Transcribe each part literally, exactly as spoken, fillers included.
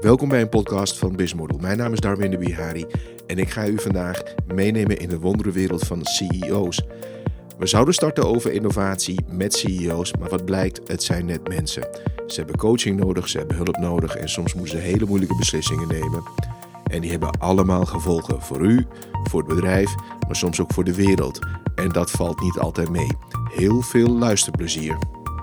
Welkom bij een podcast van BizModel. Mijn naam is Darwin de Bihari en ik ga u vandaag meenemen in de wonderenwereld van C E O's. We zouden starten over innovatie met C E O's, maar wat blijkt, het zijn net mensen. Ze hebben coaching nodig, ze hebben hulp nodig en soms moeten ze hele moeilijke beslissingen nemen. En die hebben allemaal gevolgen voor u, voor het bedrijf, maar soms ook voor de wereld. En dat valt niet altijd mee. Heel veel luisterplezier.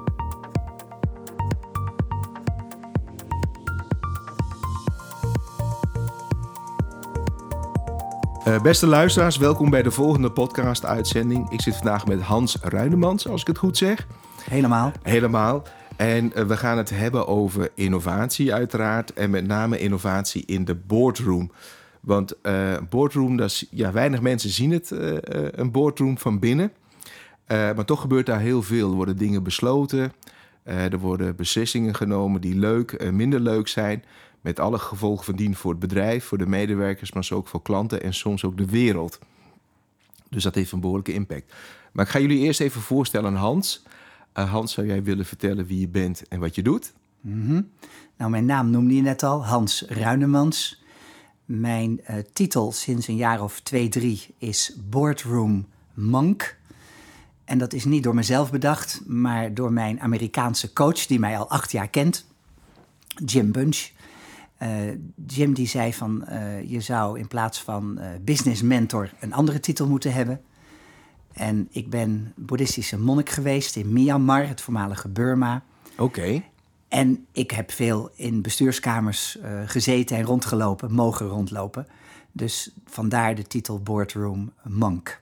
Uh, beste luisteraars, welkom bij de volgende podcast-uitzending. Ik zit vandaag met Hans Ruinemans, als ik het goed zeg. Helemaal. Helemaal. En uh, we gaan het hebben over innovatie uiteraard. En met name innovatie in de boardroom. Want uh, boardroom, dat is, ja, weinig mensen zien het, uh, uh, een boardroom van binnen. Uh, maar toch gebeurt daar heel veel. Er worden dingen besloten. Uh, er worden beslissingen genomen die leuk en uh, minder leuk zijn. Met alle gevolgen van dien voor het bedrijf, voor de medewerkers, maar ook voor klanten en soms ook de wereld. Dus dat heeft een behoorlijke impact. Maar ik ga jullie eerst even voorstellen aan Hans. Uh, Hans, zou jij willen vertellen wie je bent en wat je doet? Mm-hmm. Nou, mijn naam noemde je net al, Hans Ruinemans. Mijn uh, titel sinds een jaar of twee, drie is Boardroom Monk. En dat is niet door mezelf bedacht, maar door mijn Amerikaanse coach, die mij al acht jaar kent, Jim Bunch. Uh, Jim die zei van, uh, je zou in plaats van uh, business mentor een andere titel moeten hebben. En ik ben boeddhistische monnik geweest in Myanmar, het voormalige Burma. Oké. Okay. En ik heb veel in bestuurskamers uh, gezeten en rondgelopen, mogen rondlopen. Dus vandaar de titel Boardroom Monk.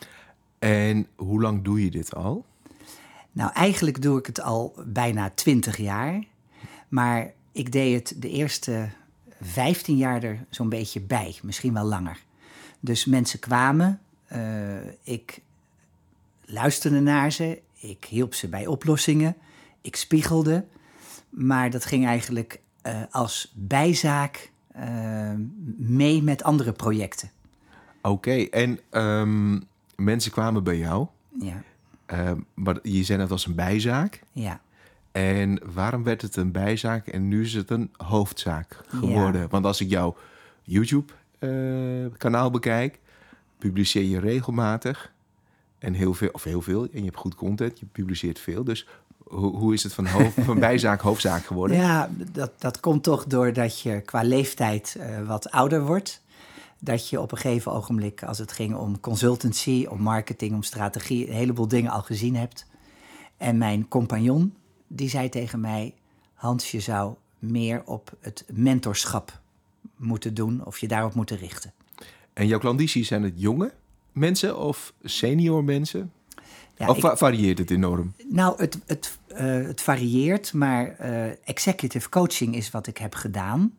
En hoe lang doe je dit al? Nou, eigenlijk doe ik het al bijna twintig jaar. Maar ik deed het de eerste vijftien jaar er zo'n beetje bij, misschien wel langer. Dus mensen kwamen, uh, ik luisterde naar ze, ik hielp ze bij oplossingen, ik spiegelde. Maar dat ging eigenlijk uh, als bijzaak uh, mee met andere projecten. Oké, okay, en um, mensen kwamen bij jou, ja. uh, maar je zei het als een bijzaak. Ja. En waarom werd het een bijzaak en nu is het een hoofdzaak geworden? Ja. Want als ik jouw YouTube-kanaal uh, bekijk, publiceer je regelmatig en heel veel, of heel veel, en je hebt goed content, je publiceert veel. Dus ho- hoe is het van, hoofd, van bijzaak hoofdzaak geworden? Ja, dat, dat komt toch doordat je qua leeftijd uh, wat ouder wordt. Dat je op een gegeven ogenblik, als het ging om consultancy, om marketing, om strategie, een heleboel dingen al gezien hebt. En mijn compagnon, die zei tegen mij, Hans, je zou meer op het mentorschap moeten doen of je daarop moeten richten. En jouw klanditie, zijn het jonge mensen of senior mensen? Ja, of ik, va- varieert het enorm? Nou, het, het, uh, het varieert, maar uh, executive coaching is wat ik heb gedaan.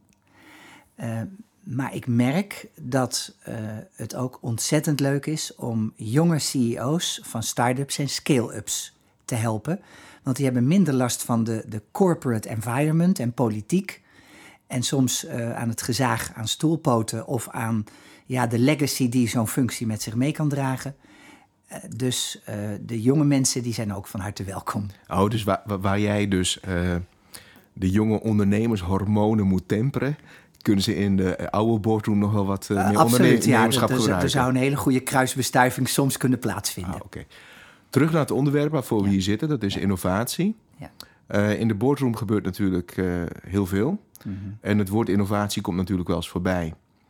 Uh, maar ik merk dat uh, het ook ontzettend leuk is om jonge C E O's van start-ups en scale-ups te helpen. Want die hebben minder last van de, de corporate environment en politiek. En soms uh, aan het gezaag aan stoelpoten of aan ja, de legacy die zo'n functie met zich mee kan dragen. Uh, dus uh, de jonge mensen die zijn ook van harte welkom. Oh, dus waar, waar jij dus uh, de jonge ondernemershormonen moet temperen, kunnen ze in de oude boardroom nog wel wat uh, meer uh, absoluut, ondernemerschap ja, gebruiken? Er zou een hele goede kruisbestuiving soms kunnen plaatsvinden. Ah, okay. Terug naar het onderwerp waarvoor we ja. hier zitten, dat is ja. innovatie. Ja. Uh, in de boardroom gebeurt natuurlijk uh, heel veel. Mm-hmm. En het woord innovatie komt natuurlijk wel eens voorbij.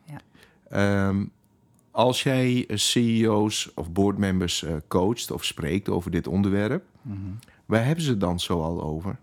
Ja. Um, als jij C E O's of boardmembers uh, coacht of spreekt over dit onderwerp, mm-hmm. waar hebben ze het dan zoal over?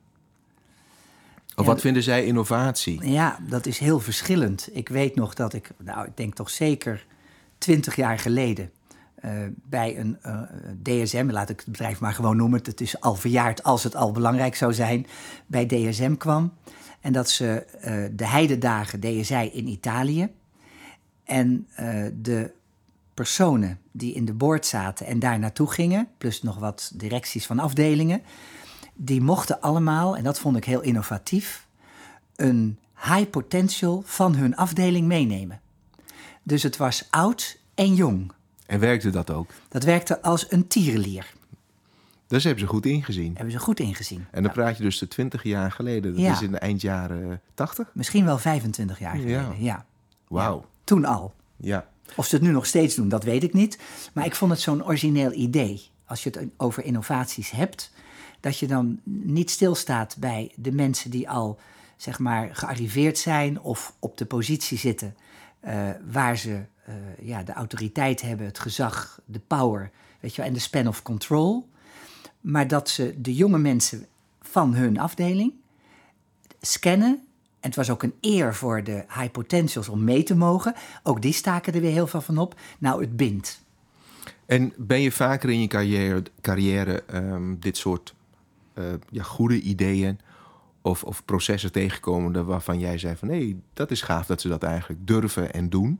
Of ja, wat vinden zij innovatie? Ja, dat is heel verschillend. Ik weet nog dat ik, nou, ik denk toch zeker twintig jaar geleden Uh, bij een uh, D S M, laat ik het bedrijf maar gewoon noemen, het is al verjaard als het al belangrijk zou zijn, bij D S M kwam. En dat ze uh, de heidedagen deden zij in Italië. En uh, de personen die in de board zaten en daar naartoe gingen, plus nog wat directies van afdelingen, die mochten allemaal, en dat vond ik heel innovatief, een high potential van hun afdeling meenemen. Dus het was oud en jong. En werkte dat ook? Dat werkte als een tierenlier. Dus hebben ze goed ingezien. Hebben ze goed ingezien. En dan ja. praat je dus de twintig jaar geleden. Dat Ja. is in de eind jaren tachtig? Misschien wel vijfentwintig jaar geleden, Ja. ja. Wauw. Ja, toen al. Ja. Of ze het nu nog steeds doen, dat weet ik niet. Maar ik vond het zo'n origineel idee. Als je het over innovaties hebt, dat je dan niet stilstaat bij de mensen die al, zeg maar, gearriveerd zijn of op de positie zitten uh, waar ze uh, ja, de autoriteit hebben, het gezag, de power, weet je wel, en de span of control. Maar dat ze de jonge mensen van hun afdeling scannen. En het was ook een eer voor de high potentials om mee te mogen. Ook die staken er weer heel veel van op. Nou, het bindt. En ben je vaker in je carrière, carrière um, dit soort uh, ja, goede ideeën of, of processen tegengekomen waarvan jij zei van nee, dat is gaaf dat ze dat eigenlijk durven en doen?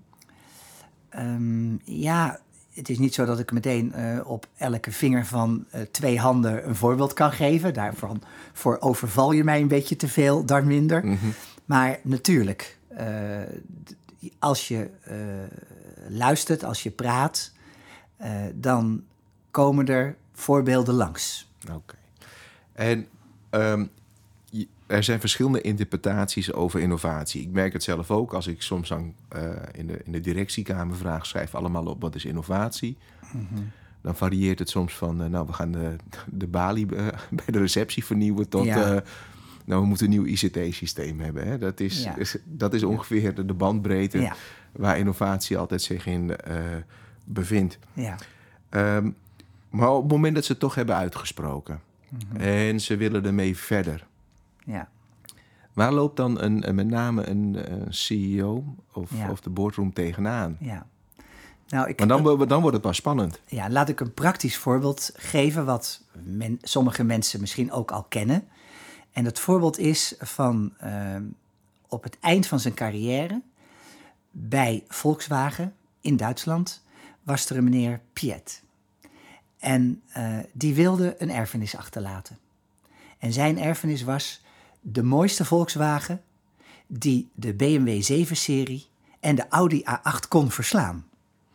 Um, ja, het is niet zo dat ik meteen uh, op elke vinger van uh, twee handen een voorbeeld kan geven. Daarvoor voor overval je mij een beetje te veel, dan minder. Mm-hmm. Maar natuurlijk, uh, als je uh, luistert, als je praat, uh, dan komen er voorbeelden langs. Oké. Okay. En um, er zijn verschillende interpretaties over innovatie. Ik merk het zelf ook als ik soms aan, uh, in, de, in de directiekamer vraag, schrijf allemaal op wat is innovatie. Mm-hmm. Dan varieert het soms van, uh, nou, we gaan de, de balie uh, bij de receptie vernieuwen tot, ja. uh, nou, we moeten een nieuw I C T-systeem hebben. Hè? Dat is, ja. is, dat is ongeveer de, de bandbreedte ja. waar innovatie altijd zich in uh, bevindt. Ja. Um, maar op het moment dat ze het toch hebben uitgesproken mm-hmm. en ze willen ermee verder. Ja. Waar loopt dan een, een, met name een, een C E O of, ja. of de boardroom tegenaan? Ja. Nou, ik, maar dan, uh, dan wordt het pas spannend. Ja, laat ik een praktisch voorbeeld geven wat men, sommige mensen misschien ook al kennen. En dat voorbeeld is van uh, op het eind van zijn carrière bij Volkswagen in Duitsland was er een meneer Piet. En uh, die wilde een erfenis achterlaten. En zijn erfenis was de mooiste Volkswagen die de B M W zeven-serie en de Audi A acht kon verslaan.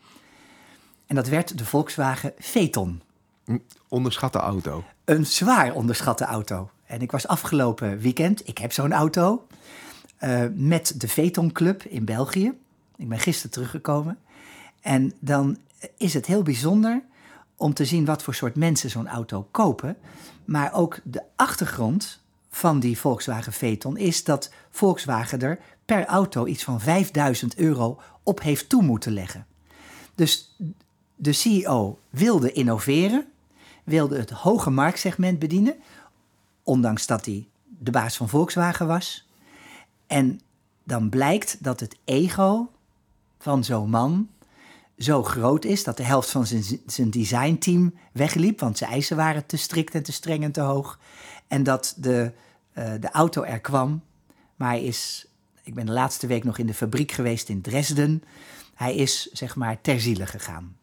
En dat werd de Volkswagen Phaeton. Onderschatte auto. Een zwaar onderschatte auto. En ik was afgelopen weekend, ik heb zo'n auto, uh, met de Phaeton Club in België. Ik ben gisteren teruggekomen. En dan is het heel bijzonder om te zien wat voor soort mensen zo'n auto kopen. Maar ook de achtergrond van die Volkswagen Phaeton is dat Volkswagen er per auto iets van vijfduizend euro op heeft toe moeten leggen. Dus de C E O wilde innoveren, wilde het hoge marktsegment bedienen, ondanks dat hij de baas van Volkswagen was. En dan blijkt dat het ego van zo'n man zo groot is dat de helft van zijn, zijn designteam wegliep, want zijn eisen waren te strikt en te streng en te hoog. En dat de, uh, de auto er kwam, maar hij is, ik ben de laatste week nog in de fabriek geweest in Dresden, hij is zeg maar ter ziele gegaan.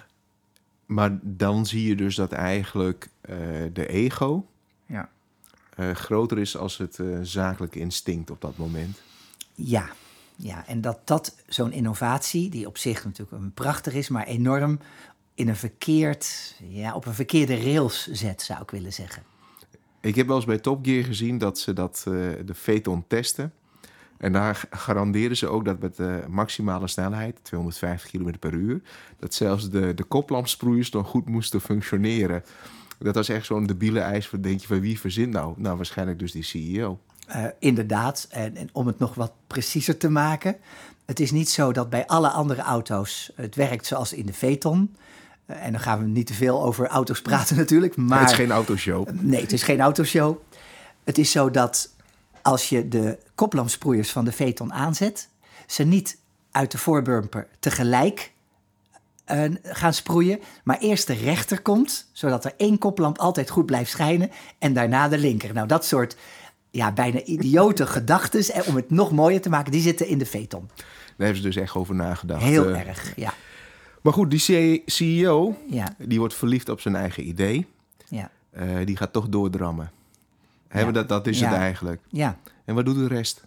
Maar dan zie je dus dat eigenlijk uh, de ego ja. uh, groter is als het uh, zakelijke instinct op dat moment. Ja. Ja, en dat dat zo'n innovatie, die op zich natuurlijk een prachtig is, maar enorm in een verkeerd, ja, op een verkeerde rails zet, zou ik willen zeggen. Ik heb wel eens bij Top Gear gezien dat ze dat, uh, de Phaeton testen. En daar garanderen ze ook dat met de maximale snelheid, tweehonderdvijftig kilometer per uur, dat zelfs de, de koplampsproeiers nog goed moesten functioneren. Dat was echt zo'n debiele eis. Van, denk je, van wie verzint nou? Nou, waarschijnlijk dus die C E O. Uh, inderdaad, en, en om het nog wat preciezer te maken, het is niet zo dat bij alle andere auto's het werkt zoals in de Phaeton. Uh, en dan gaan we niet te veel over auto's praten natuurlijk. Maar het is geen autoshow. Uh, nee, het is geen autoshow. Het is zo dat als je de koplampsproeiers van de Phaeton aanzet, ze niet uit de voorbumper tegelijk uh, gaan sproeien, maar eerst de rechter komt, zodat er één koplamp altijd goed blijft schijnen en daarna de linker. Nou, dat soort ja, bijna idiote gedachten, en om het nog mooier te maken, die zitten in de Phaeton. Daar hebben ze dus echt over nagedacht. Heel uh, erg, ja. Maar goed, die C E O, ja. die wordt verliefd op zijn eigen idee. Ja. Uh, die gaat toch doordrammen. Ja. Dat, dat is ja. het eigenlijk. Ja. En wat doet de rest?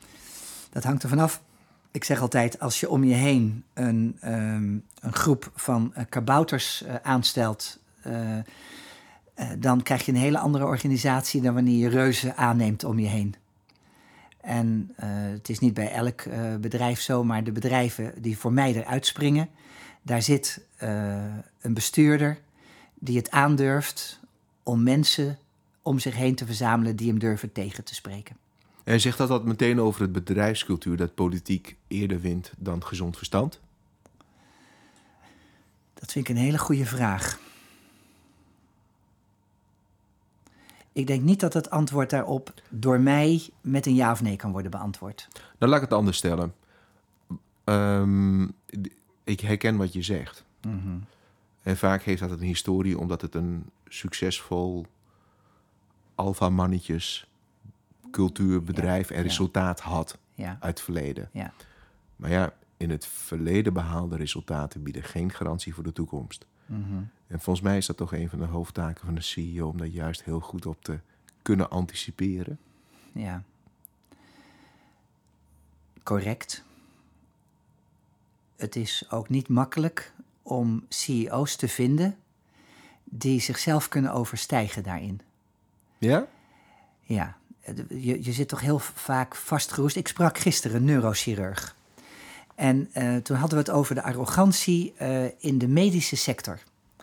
Dat hangt er vanaf. Ik zeg altijd, als je om je heen een, um, een groep van uh, kabouters uh, aanstelt, Uh, Uh, dan krijg je een hele andere organisatie dan wanneer je reuzen aanneemt om je heen. En uh, het is niet bij elk uh, bedrijf zo, maar de bedrijven die voor mij eruit springen, daar zit uh, een bestuurder die het aandurft om mensen om zich heen te verzamelen die hem durven tegen te spreken. En zegt dat dat meteen over het bedrijfscultuur, dat politiek eerder wint dan gezond verstand? Dat vind ik een hele goede vraag. Ik denk niet dat het antwoord daarop door mij met een ja of nee kan worden beantwoord. Dan laat ik het anders stellen. Um, ik herken wat je zegt. Mm-hmm. En vaak heeft dat een historie omdat het een succesvol alfamannetjes cultuurbedrijf ja, en resultaat ja. had ja. uit het verleden. Ja. Maar ja, in het verleden behaalde resultaten bieden geen garantie voor de toekomst. Mm-hmm. En volgens mij is dat toch een van de hoofdtaken van de C E O om daar juist heel goed op te kunnen anticiperen. Ja. Correct. Het is ook niet makkelijk om C E O's te vinden die zichzelf kunnen overstijgen daarin. Ja? Ja. Je, je zit toch heel vaak vastgeroest. Ik sprak gisteren een neurochirurg. En uh, toen hadden we het over de arrogantie uh, in de medische sector.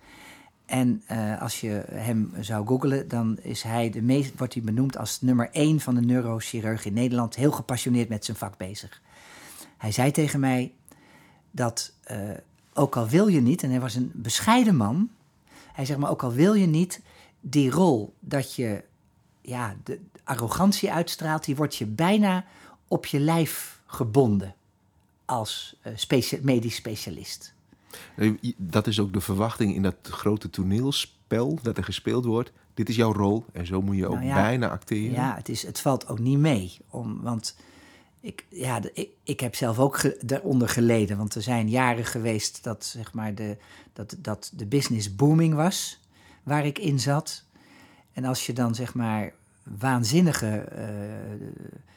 En uh, als je hem zou googlen, dan is hij de meest, wordt hij benoemd als nummer één van de neurochirurg in Nederland. Heel gepassioneerd met zijn vak bezig. Hij zei tegen mij dat, uh, ook al wil je niet, en hij was een bescheiden man. Hij zegt, maar ook al wil je niet, die rol dat je ja, de arrogantie uitstraalt, die wordt je bijna op je lijf gebonden als uh, specia- medisch specialist. Dat is ook de verwachting in dat grote toneelspel dat er gespeeld wordt. Dit is jouw rol en zo moet je ook nou ja, bijna acteren. Ja, het, is, het valt ook niet mee. Om, want ik, ja, de, ik, ik heb zelf ook ge, daaronder geleden. Want er zijn jaren geweest dat, zeg maar, de, dat, dat de business booming was, waar ik in zat. En als je dan, zeg maar, waanzinnige uh,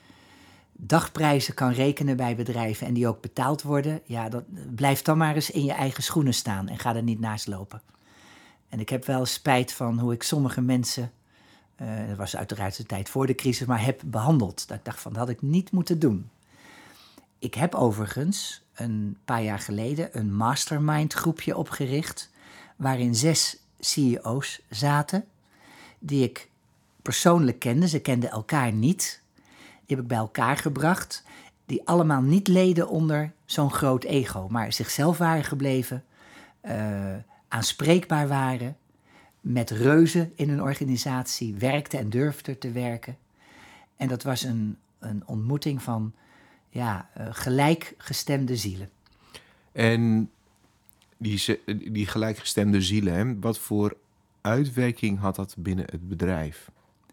dagprijzen kan rekenen bij bedrijven en die ook betaald worden, ja, dat, blijf dan maar eens in je eigen schoenen staan en ga er niet naast lopen. En ik heb wel spijt van hoe ik sommige mensen, uh, dat was uiteraard de tijd voor de crisis, maar heb behandeld. Dat ik dacht van, dat had ik niet moeten doen. Ik heb overigens een paar jaar geleden een mastermind groepje opgericht, waarin zes C E O's zaten, die ik persoonlijk kende. Ze kenden elkaar niet. Die heb ik bij elkaar gebracht, die allemaal niet leden onder zo'n groot ego, maar zichzelf waren gebleven, uh, aanspreekbaar waren, met reuzen in hun organisatie werkten en durfden te werken. En dat was een, een ontmoeting van ja, uh, gelijkgestemde zielen. En die, die gelijkgestemde zielen, hè, wat voor uitwerking had dat binnen het bedrijf?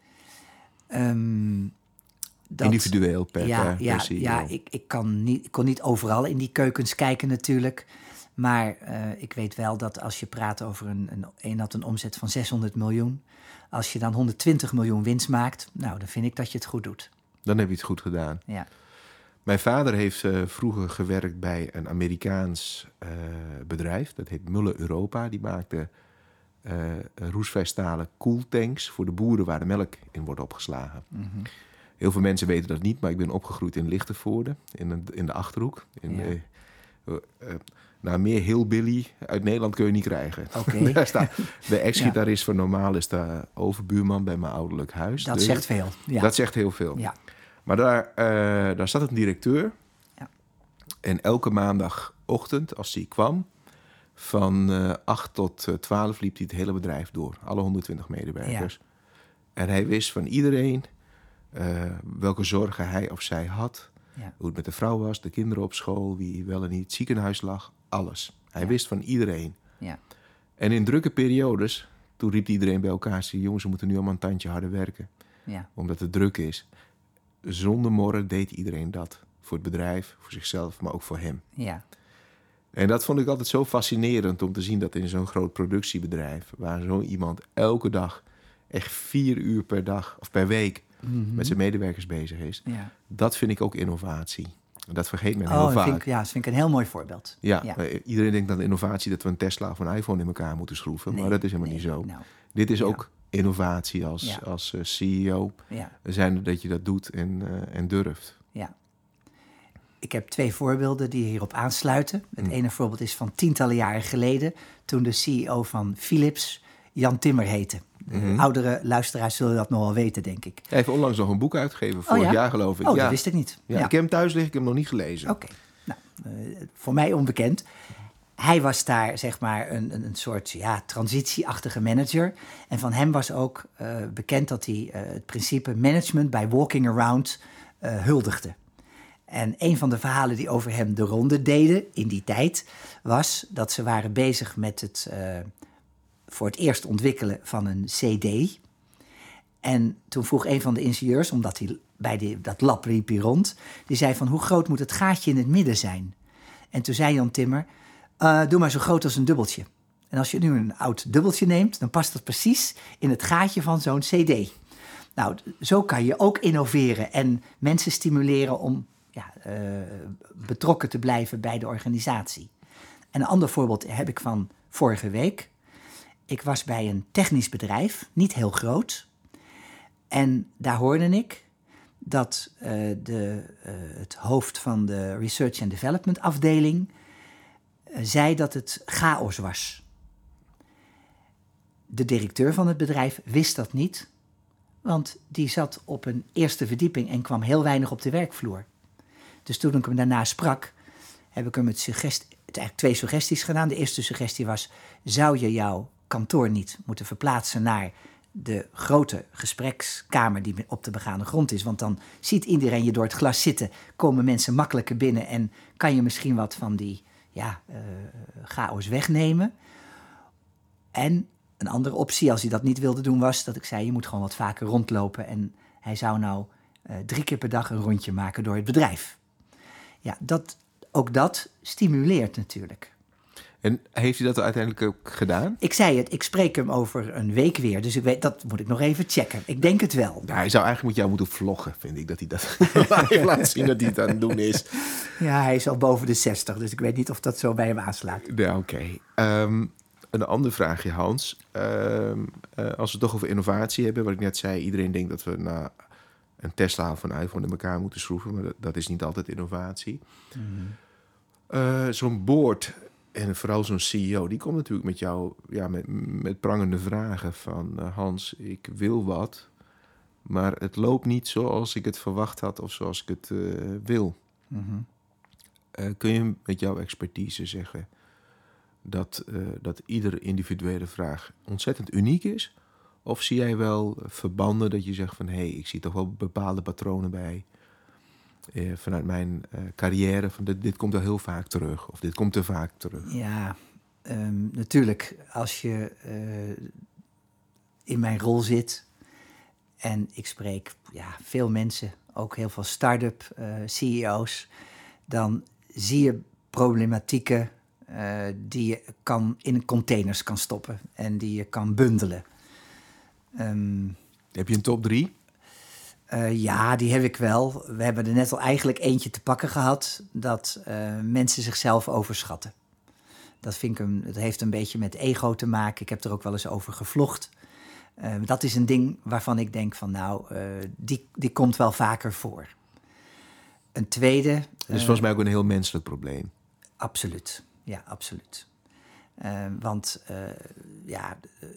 Um, Dat, individueel per, ja, per, ja, per C E O. Ja, ik, ik, kan niet, ik kon niet overal in die keukens kijken natuurlijk. Maar uh, ik weet wel dat als je praat over een, een... een had een omzet van zeshonderd miljoen. Als je dan honderdtwintig miljoen winst maakt, nou, dan vind ik dat je het goed doet. Dan heb je het goed gedaan. Ja. Mijn vader heeft uh, vroeger gewerkt bij een Amerikaans uh, bedrijf. Dat heet Muller Europa. Die maakte uh, roestvrijstalen koeltanks voor de boeren waar de melk in wordt opgeslagen. Mm-hmm. Heel veel mensen weten dat niet, maar ik ben opgegroeid in Lichtenvoorde, in de, in de Achterhoek. In, ja. uh, uh, uh, nou, meer hillbilly uit Nederland kun je niet krijgen. Okay. Daar staat de ex-gitarist ja. van Normaal is de overbuurman bij mijn ouderlijk huis. Dat dus, zegt veel. Ja. Dat zegt heel veel. Ja. Maar daar, uh, daar zat een directeur. Ja. En elke maandagochtend, als hij kwam, van uh, acht tot twaalf liep hij het hele bedrijf door. Alle honderdtwintig medewerkers. Ja. En hij wist van iedereen Uh, welke zorgen hij of zij had. Ja. Hoe het met de vrouw was, de kinderen op school, wie wel en niet het ziekenhuis lag. Alles. Hij ja. wist van iedereen. Ja. En in drukke periodes, toen riep iedereen bij elkaar, zei, jongens, we moeten nu allemaal een tandje harder werken. Ja. Omdat het druk is. Zonder morren deed iedereen dat. Voor het bedrijf, voor zichzelf, maar ook voor hem. Ja. En dat vond ik altijd zo fascinerend om te zien dat in zo'n groot productiebedrijf, waar zo iemand elke dag, echt vier uur per dag of per week, mm-hmm. met zijn medewerkers bezig is. Ja. Dat vind ik ook innovatie. Dat vergeet men oh, heel vaak. Vind ik, ja, dat vind ik een heel mooi voorbeeld. Ja, ja. Iedereen denkt dat innovatie dat we een Tesla of een iPhone in elkaar moeten schroeven. Nee, maar dat is helemaal nee, niet zo. Nou, Dit is ja. ook innovatie als, Ja. als uh, C E O. Ja. Zijn er dat je dat doet en, uh, en durft. Ja. Ik heb twee voorbeelden die hierop aansluiten. Het mm. ene voorbeeld is van tientallen jaren geleden, toen de C E O van Philips Jan Timmer heette. De mm-hmm. oudere luisteraars zullen dat nog wel weten, denk ik. Hij heeft onlangs nog een boek uitgegeven, vorig oh, ja? jaar geloof ik. Oh, ja. dat wist ik niet. Ja, ja. Ik heb hem thuis liggen, ik heb hem nog niet gelezen. Oké, okay. nou, uh, voor mij onbekend. Hij was daar, zeg maar, een, een, een soort ja, transitieachtige manager. En van hem was ook uh, bekend dat hij uh, het principe management by walking around uh, huldigde. En een van de verhalen die over hem de ronde deden in die tijd was dat ze waren bezig met het uh, voor het eerst ontwikkelen van een C D. En toen vroeg een van de ingenieurs, omdat hij bij die, dat lab liep hij rond, die zei van hoe groot moet het gaatje in het midden zijn? En toen zei Jan Timmer, uh, doe maar zo groot als een dubbeltje. En als je nu een oud dubbeltje neemt, dan past dat precies in het gaatje van zo'n C D. Nou, zo kan je ook innoveren en mensen stimuleren om ja, uh, betrokken te blijven bij de organisatie. En een ander voorbeeld heb ik van vorige week. Ik was bij een technisch bedrijf, niet heel groot. En daar hoorde ik dat uh, de, uh, het hoofd van de Research and Development afdeling uh, zei dat het chaos was. De directeur van het bedrijf wist dat niet, want die zat op een eerste verdieping en kwam heel weinig op de werkvloer. Dus toen ik hem daarna sprak, heb ik hem het suggest- het eigenlijk twee suggesties gedaan. De eerste suggestie was, zou je jouw kantoor niet moeten verplaatsen naar de grote gesprekskamer die op de begane grond is? Want dan ziet iedereen je door het glas zitten, komen mensen makkelijker binnen en kan je misschien wat van die ja, uh, chaos wegnemen. En een andere optie, als hij dat niet wilde doen, was dat ik zei, je moet gewoon wat vaker rondlopen. En hij zou nou uh, drie keer per dag een rondje maken door het bedrijf. Ja, dat, ook dat stimuleert natuurlijk. En heeft hij dat uiteindelijk ook gedaan? Ik zei het, ik spreek hem over een week weer. Dus ik weet, dat moet ik nog even checken. Ik denk het wel. Ja, hij zou eigenlijk met jou moeten vloggen, vind ik. Dat hij dat live laat zien dat hij het aan het doen is. Ja, hij is al boven de zestig. Dus ik weet niet of dat zo bij hem aanslaat. Ja, oké. Okay. Um, een ander vraagje, Hans. Um, uh, als we het toch over innovatie hebben. Wat ik net zei, iedereen denkt dat we na een Tesla of een iPhone in elkaar moeten schroeven. Maar dat, dat is niet altijd innovatie. Mm-hmm. Uh, zo'n board en vooral zo'n C E O, die komt natuurlijk met jou ja, met, met prangende vragen van uh, Hans, ik wil wat, maar het loopt niet zoals ik het verwacht had of zoals ik het uh, wil. Mm-hmm. Uh, kun je met jouw expertise zeggen dat, uh, dat iedere individuele vraag ontzettend uniek is? Of zie jij wel verbanden dat je zegt van hé, hey, ik zie toch wel bepaalde patronen bij uh, vanuit mijn uh, carrière van dit, dit komt al heel vaak terug of dit komt te vaak terug? Ja, um, natuurlijk. Als je uh, in mijn rol zit en ik spreek ja, veel mensen, ook heel veel start-up uh, C E O's, dan zie je problematieken uh, die je kan in containers kan stoppen en die je kan bundelen. Um, heb je een top drie? Uh, ja, die heb ik wel. We hebben er net al eigenlijk eentje te pakken gehad, dat uh, mensen zichzelf overschatten. Dat, vind ik een, dat heeft een beetje met ego te maken. Ik heb er ook wel eens over gevlogd. Uh, dat is een ding waarvan ik denk van nou, uh, die, die komt wel vaker voor. Een tweede... Uh, dus volgens mij ook een heel menselijk probleem. Absoluut, ja, absoluut. Uh, want uh, ja... Uh,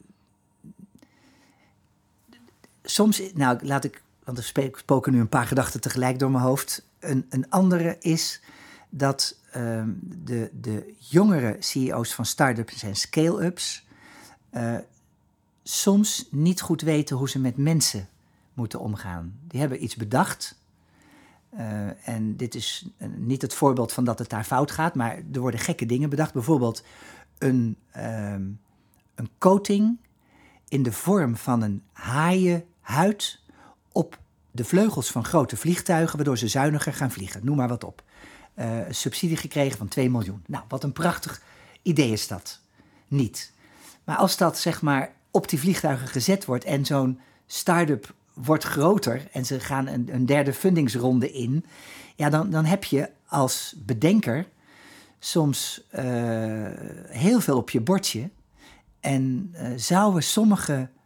soms, nou laat ik, want er spoken nu een paar gedachten tegelijk door mijn hoofd. Een, een andere is dat uh, de, de jongere C E O's van start-ups en scale-ups uh, soms niet goed weten hoe ze met mensen moeten omgaan. Die hebben iets bedacht. Uh, en dit is uh, niet het voorbeeld van dat het daar fout gaat, maar er worden gekke dingen bedacht. Bijvoorbeeld een, uh, een coating in de vorm van een haaienhuid op de vleugels van grote vliegtuigen, waardoor ze zuiniger gaan vliegen. Noem maar wat op. Uh, subsidie gekregen van twee miljoen. Nou, wat een prachtig idee is dat. Niet. Maar als dat zeg maar op die vliegtuigen gezet wordt en zo'n start-up wordt groter en ze gaan een, een derde fundingsronde in, ja, dan, dan heb je als bedenker soms uh, heel veel op je bordje. En uh, zouden sommige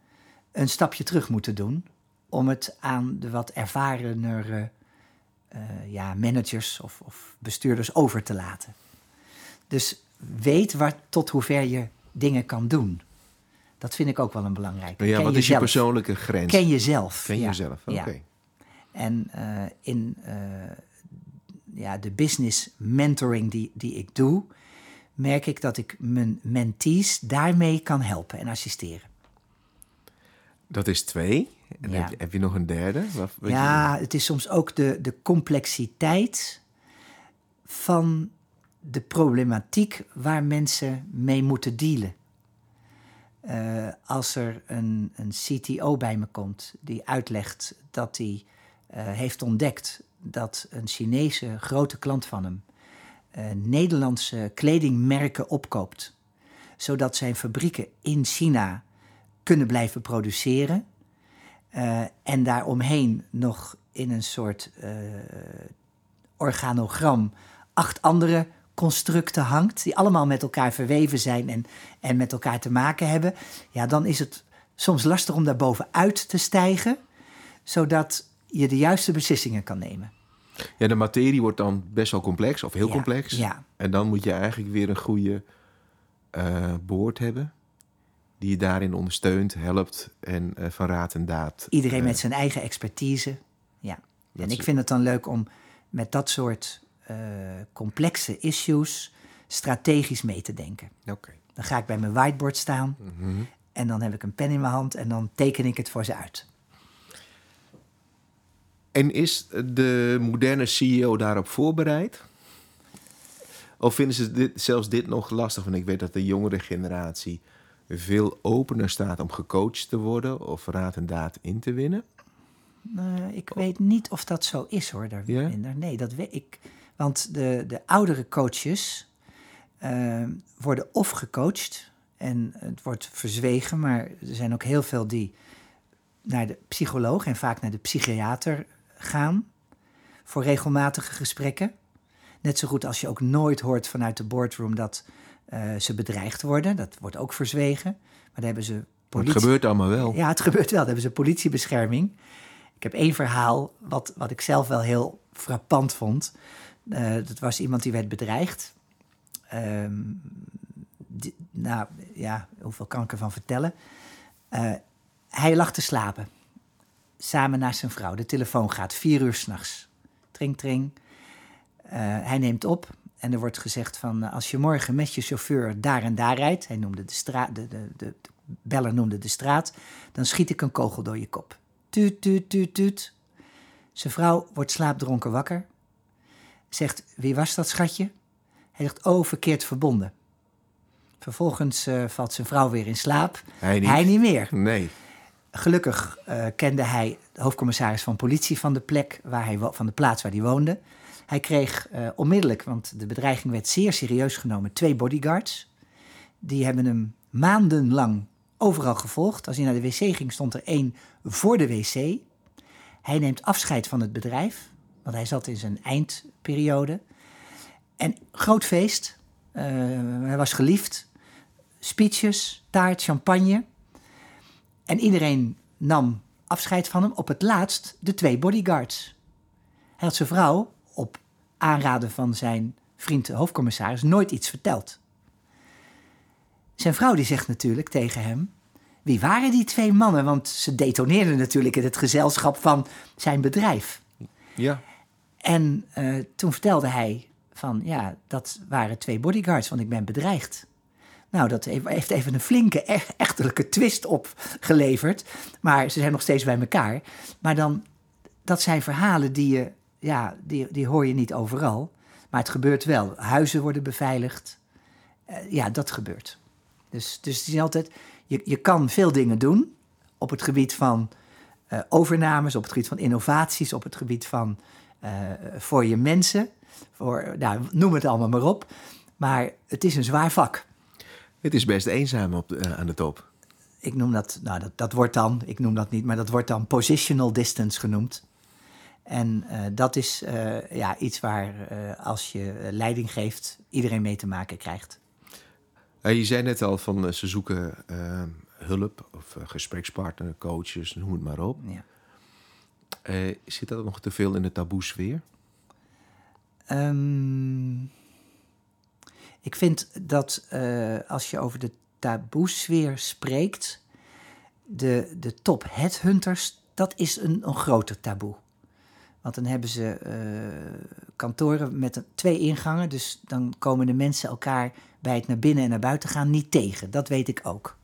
een stapje terug moeten doen om het aan de wat ervarenere uh, ja, managers of, of bestuurders over te laten. Dus weet wat, tot hoever je dingen kan doen. Dat vind ik ook wel een belangrijke. Ja, Ken wat jezelf. is je persoonlijke grens? Ken jezelf. Ken ja. jezelf, oké. Okay. Ja. En uh, in uh, ja, de business mentoring die, die ik doe, merk ik dat ik mijn mentees daarmee kan helpen en assisteren. Dat is twee. En ja. heb, heb je nog een derde? Wat, wat ja, je... het is soms ook de, de complexiteit van de problematiek waar mensen mee moeten dealen. Uh, als er een, een C T O bij me komt die uitlegt dat hij uh, heeft ontdekt dat een Chinese grote klant van hem uh, Nederlandse kledingmerken opkoopt, zodat zijn fabrieken in China kunnen blijven produceren uh, en daaromheen nog in een soort uh, organogram acht andere constructen hangt, die allemaal met elkaar verweven zijn en, en met elkaar te maken hebben, ja, dan is het soms lastig om daar bovenuit te stijgen, zodat je de juiste beslissingen kan nemen. Ja, de materie wordt dan best wel complex, of heel ja, complex. Ja. En dan moet je eigenlijk weer een goede uh, board hebben, die je daarin ondersteunt, helpt en uh, van raad en daad. Iedereen uh, met zijn eigen expertise, ja. En ik vind het dan leuk om met dat soort Uh, complexe issues strategisch mee te denken. Okay. Dan ga ik bij mijn whiteboard staan mm-hmm. en dan heb ik een pen in mijn hand en dan teken ik het voor ze uit. En is de moderne C E O daarop voorbereid? Of vinden ze dit, zelfs dit nog lastig? Want ik weet dat de jongere generatie veel opener staat om gecoacht te worden of raad en daad in te winnen. Uh, ik weet niet of dat zo is, hoor. Daar ja? Nee, dat weet ik. Want de, de oudere coaches uh, worden of gecoacht en het wordt verzwegen, maar er zijn ook heel veel die naar de psycholoog en vaak naar de psychiater gaan voor regelmatige gesprekken. Net zo goed als je ook nooit hoort vanuit de boardroom dat uh, ze bedreigd worden. Dat wordt ook verzwegen. Maar daar hebben ze politie... Het gebeurt allemaal wel. Ja, het gebeurt wel. Daar hebben ze politiebescherming. Ik heb één verhaal wat, wat ik zelf wel heel frappant vond. Uh, dat was iemand die werd bedreigd. Um, die, nou, ja, hoeveel kan ik ervan vertellen? Uh, hij lag te slapen. Samen naast zijn vrouw. De telefoon gaat vier uur 's nachts. Tring, tring. Uh, hij neemt op en er wordt gezegd van... Uh, als je morgen met je chauffeur daar en daar rijdt... Hij noemde de straat, de, de, de, de beller noemde de straat... dan schiet ik een kogel door je kop. Tuut, tuut, tuut, tuut. Zijn vrouw wordt slaapdronken wakker. Zegt, wie was dat, schatje? Hij zegt, oh, verkeerd verbonden. Vervolgens uh, valt zijn vrouw weer in slaap. Hij niet, hij niet meer. Nee. Gelukkig uh, kende hij de hoofdcommissaris van politie van de plek waar hij wo- van de plaats waar hij woonde. Hij kreeg uh, onmiddellijk, want de bedreiging werd zeer serieus genomen, twee bodyguards. Die hebben hem maandenlang overal gevolgd. Als hij naar de wc ging, stond er één voor de wc. Hij neemt afscheid van het bedrijf, want hij zat in zijn eindperiode. En groot feest. Uh, hij was geliefd. Speeches, taart, champagne. En iedereen nam afscheid van hem. Op het laatst de twee bodyguards. Hij had zijn vrouw, op aanraden van zijn vriend de hoofdcommissaris, nooit iets verteld. Zijn vrouw die zegt natuurlijk tegen hem... Wie waren die twee mannen? Want ze detoneerden natuurlijk in het gezelschap van zijn bedrijf. Ja. En uh, toen vertelde hij van... ja, dat waren twee bodyguards, want ik ben bedreigd. Nou, dat heeft even een flinke, echtelijke twist opgeleverd. Maar ze zijn nog steeds bij elkaar. Maar dan, dat zijn verhalen die je... ja, die, die hoor je niet overal. Maar het gebeurt wel. Huizen worden beveiligd. Uh, ja, dat gebeurt. Dus, dus het is altijd... Je, je kan veel dingen doen op het gebied van uh, overnames, op het gebied van innovaties, op het gebied van uh, voor je mensen, voor, nou, noem het allemaal maar op. Maar het is een zwaar vak. Het is best eenzaam op de, uh, aan de top. Ik noem dat, nou dat, dat wordt dan, ik noem dat niet, maar dat wordt dan positional distance genoemd. En uh, dat is uh, ja, iets waar uh, als je leiding geeft, iedereen mee te maken krijgt. Uh, je zei net al van uh, ze zoeken uh, hulp of uh, gesprekspartner, coaches, noem het maar op. Ja. Uh, zit dat nog te veel in de taboesfeer? Um, ik vind dat uh, als je over de taboesfeer spreekt, de, de top headhunters, dat is een, een groter taboe. Want dan hebben ze uh, kantoren met een, twee ingangen, dus dan komen de mensen elkaar bij het naar binnen en naar buiten gaan niet tegen. Dat weet ik ook.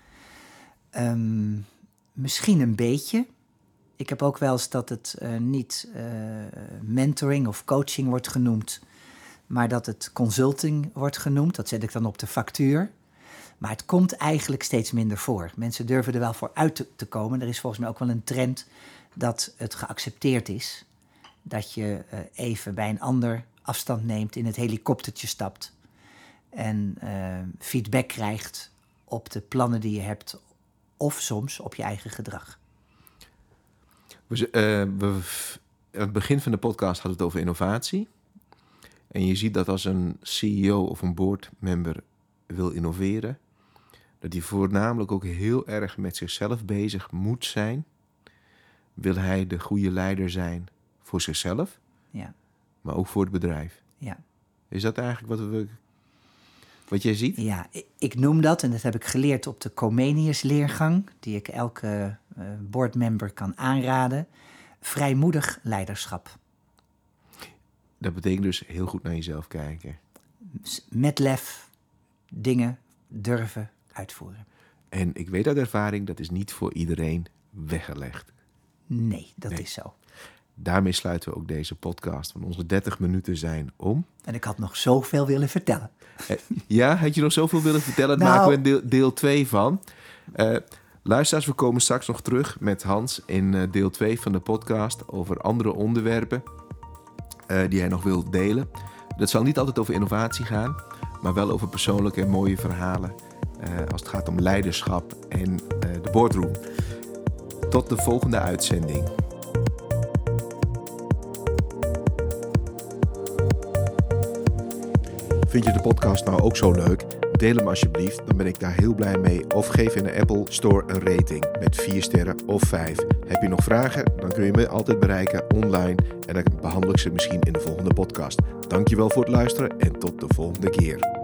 Um, misschien een beetje. Ik heb ook wel eens dat het uh, niet uh, mentoring of coaching wordt genoemd, maar dat het consulting wordt genoemd. Dat zet ik dan op de factuur. Maar het komt eigenlijk steeds minder voor. Mensen durven er wel voor uit te, te komen. Er is volgens mij ook wel een trend dat het geaccepteerd is. Dat je uh, even bij een ander afstand neemt, in het helikoptertje stapt en uh, feedback krijgt op de plannen die je hebt of soms op je eigen gedrag. We, uh, we, aan het begin van de podcast hadden we het over innovatie. En je ziet dat als een C E O of een boardmember wil innoveren, dat hij voornamelijk ook heel erg met zichzelf bezig moet zijn. Wil hij de goede leider zijn voor zichzelf, ja. maar ook voor het bedrijf. Ja. Is dat eigenlijk wat, we, wat jij ziet? Ja, ik noem dat, en dat heb ik geleerd op de Comenius-leergang, die ik elke uh, boardmember kan aanraden, vrijmoedig leiderschap. Dat betekent dus heel goed naar jezelf kijken. Met lef dingen durven uitvoeren. En ik weet uit ervaring, dat is niet voor iedereen weggelegd. Nee, dat nee. is zo. Daarmee sluiten we ook deze podcast, want onze dertig minuten zijn om. En ik had nog zoveel willen vertellen. Ja, had je nog zoveel willen vertellen? Daar nou, maken we een deel twee van. Uh, luisteraars, we komen straks nog terug met Hans in uh, deel twee van de podcast over andere onderwerpen uh, die hij nog wil delen. Dat zal niet altijd over innovatie gaan, maar wel over persoonlijke en mooie verhalen uh, als het gaat om leiderschap en uh, de boardroom. Tot de volgende uitzending. Vind je de podcast nou ook zo leuk? Deel hem alsjeblieft, dan ben ik daar heel blij mee. Of geef in de Apple Store een rating met vier sterren of vijf. Heb je nog vragen? Dan kun je me altijd bereiken online en dan behandel ik ze misschien in de volgende podcast. Dankjewel voor het luisteren en tot de volgende keer.